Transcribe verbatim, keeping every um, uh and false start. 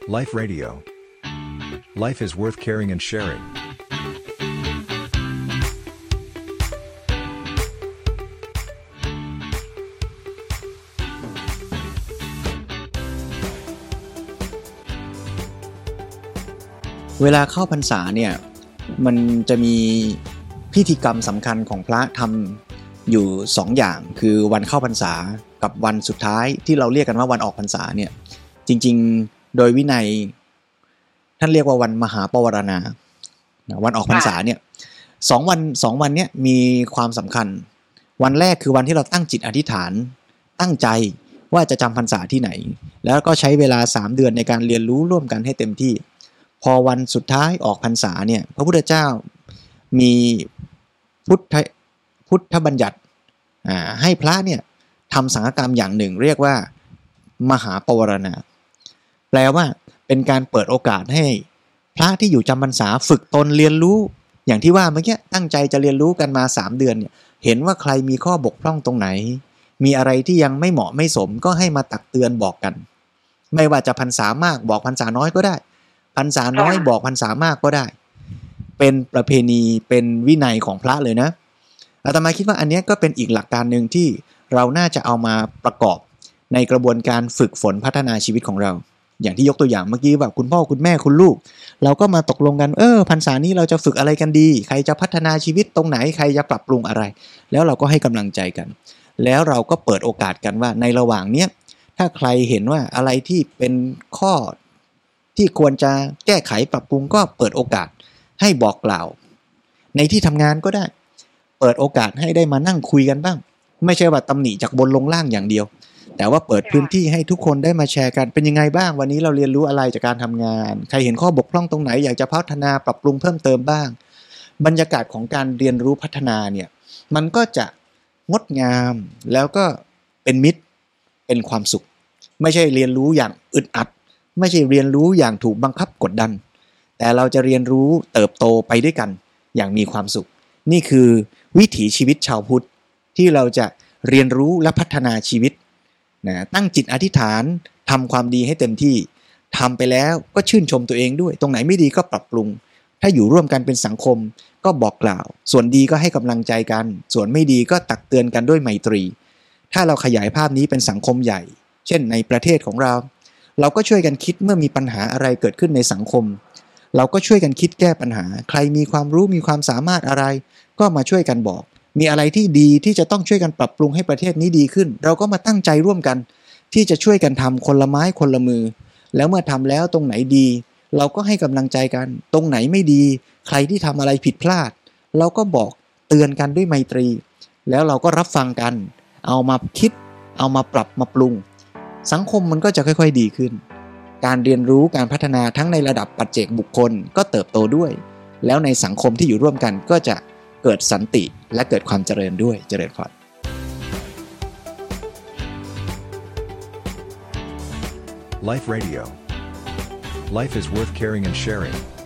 Life Radio. Life is worth caring and sharing. เวลาเข้าพรรษาเนี่ยมันจะมีพิธีกรรมสำคัญของพระทำอยู่สองอย่างคือวันเข้าพรรษากับวันสุดท้ายที่เราเรียกกันว่าวันออกพรรษาเนี่ยจริงๆโดยวินัยท่านเรียกว่าวันมหาปวารณาวันออกพรรษาเนี่ยสองวันสองวันเนี้ยมีความสำคัญวันแรกคือวันที่เราตั้งจิตอธิษฐานตั้งใจว่าจะจำพรรษาที่ไหนแล้วก็ใช้เวลาสามเดือนในการเรียนรู้ร่วมกันให้เต็มที่พอวันสุดท้ายออกพรรษาเนี่ยพระพุทธเจ้ามีพุทธพุทธบัญญัติอ่าให้พระเนี่ยทำสังฆกรรมอย่างหนึ่งเรียกว่ามหาปวารณาแปลว่าเป็นการเปิดโอกาสให้พระที่อยู่จำพรรษาฝึกตนเรียนรู้อย่างที่ว่าเมื่อกี้ตั้งใจจะเรียนรู้กันมาสามเดือนเนี่ยเห็นว่าใครมีข้อบกพร่องตรงไหนมีอะไรที่ยังไม่เหมาะไม่สมก็ให้มาตักเตือนบอกกันไม่ว่าจะพรรษามากบอกพรรษาน้อยก็ได้พรรษาน้อยบอกพรรษามากก็ได้เป็นประเพณีเป็นวินัยของพระเลยนะอาตมาคิดว่าอันนี้ก็เป็นอีกหลักการหนึ่งที่เราน่าจะเอามาประกอบในกระบวนการฝึกฝนพัฒนาชีวิตของเราอย่างที่ยกตัวอย่างเมื่อกี้แบบคุณพ่อคุณแม่คุณลูกเราก็มาตกลงกันเออพรรษานี้เราจะฝึกอะไรกันดีใครจะพัฒนาชีวิตตรงไหนใครจะปรับปรุงอะไรแล้วเราก็ให้กำลังใจกันแล้วเราก็เปิดโอกาสกันว่าในระหว่างเนี้ยถ้าใครเห็นว่าอะไรที่เป็นข้อที่ควรจะแก้ไขปรับปรุงก็เปิดโอกาสให้บอกกล่าวในที่ทำงานก็ได้เปิดโอกาสให้ได้มานั่งคุยกันบ้างไม่ใช่ว่าตำหนิจากบนลงล่างอย่างเดียวแต่ว่าเปิดพื้นที่ให้ทุกคนได้มาแชร์กันเป็นยังไงบ้างวันนี้เราเรียนรู้อะไรจากการทำงานใครเห็นข้อบกพร่องตรงไหนอยากจะพัฒนาปรับปรุงเพิ่มเติมบ้างบรรยากาศของการเรียนรู้พัฒนาเนี่ยมันก็จะงดงามแล้วก็เป็นมิตรเป็นความสุขไม่ใช่เรียนรู้อย่างอึดอัดไม่ใช่เรียนรู้อย่างถูกบังคับกดดันแต่เราจะเรียนรู้เติบโตไปด้วยกันอย่างมีความสุขนี่คือวิถีชีวิตชาวพุทธที่เราจะเรียนรู้และพัฒนาชีวิตนะตั้งจิตอธิษฐานทำความดีให้เต็มที่ทำไปแล้วก็ชื่นชมตัวเองด้วยตรงไหนไม่ดีก็ปรับปรุงถ้าอยู่ร่วมกันเป็นสังคมก็บอกกล่าวส่วนดีก็ให้กำลังใจกันส่วนไม่ดีก็ตักเตือนกันด้วยไมตรีถ้าเราขยายภาพนี้เป็นสังคมใหญ่เช่นในประเทศของเราเราก็ช่วยกันคิดเมื่อมีปัญหาอะไรเกิดขึ้นในสังคมเราก็ช่วยกันคิดแก้ปัญหาใครมีความรู้มีความสามารถอะไรก็มาช่วยกันบอกมีอะไรที่ดีที่จะต้องช่วยกันปรับปรุงให้ประเทศนี้ดีขึ้นเราก็มาตั้งใจร่วมกันที่จะช่วยกันทำคนละไม้คนละมือแล้วเมื่อทำแล้วตรงไหนดีเราก็ให้กำลังใจกันตรงไหนไม่ดีใครที่ทำอะไรผิดพลาดเราก็บอกเตือนกันด้วยไมตรีแล้วเราก็รับฟังกันเอามาคิดเอามาปรับมาปรุงสังคมมันก็จะค่อยๆดีขึ้นการเรียนรู้การพัฒนาทั้งในระดับปัจเจกบุคคลก็เติบโตด้วยแล้วในสังคมที่อยู่ร่วมกันก็จะเกิดสันติและเกิดความเจริญด้วยเจริญพร Life Radio. Life is worth caring and sharing.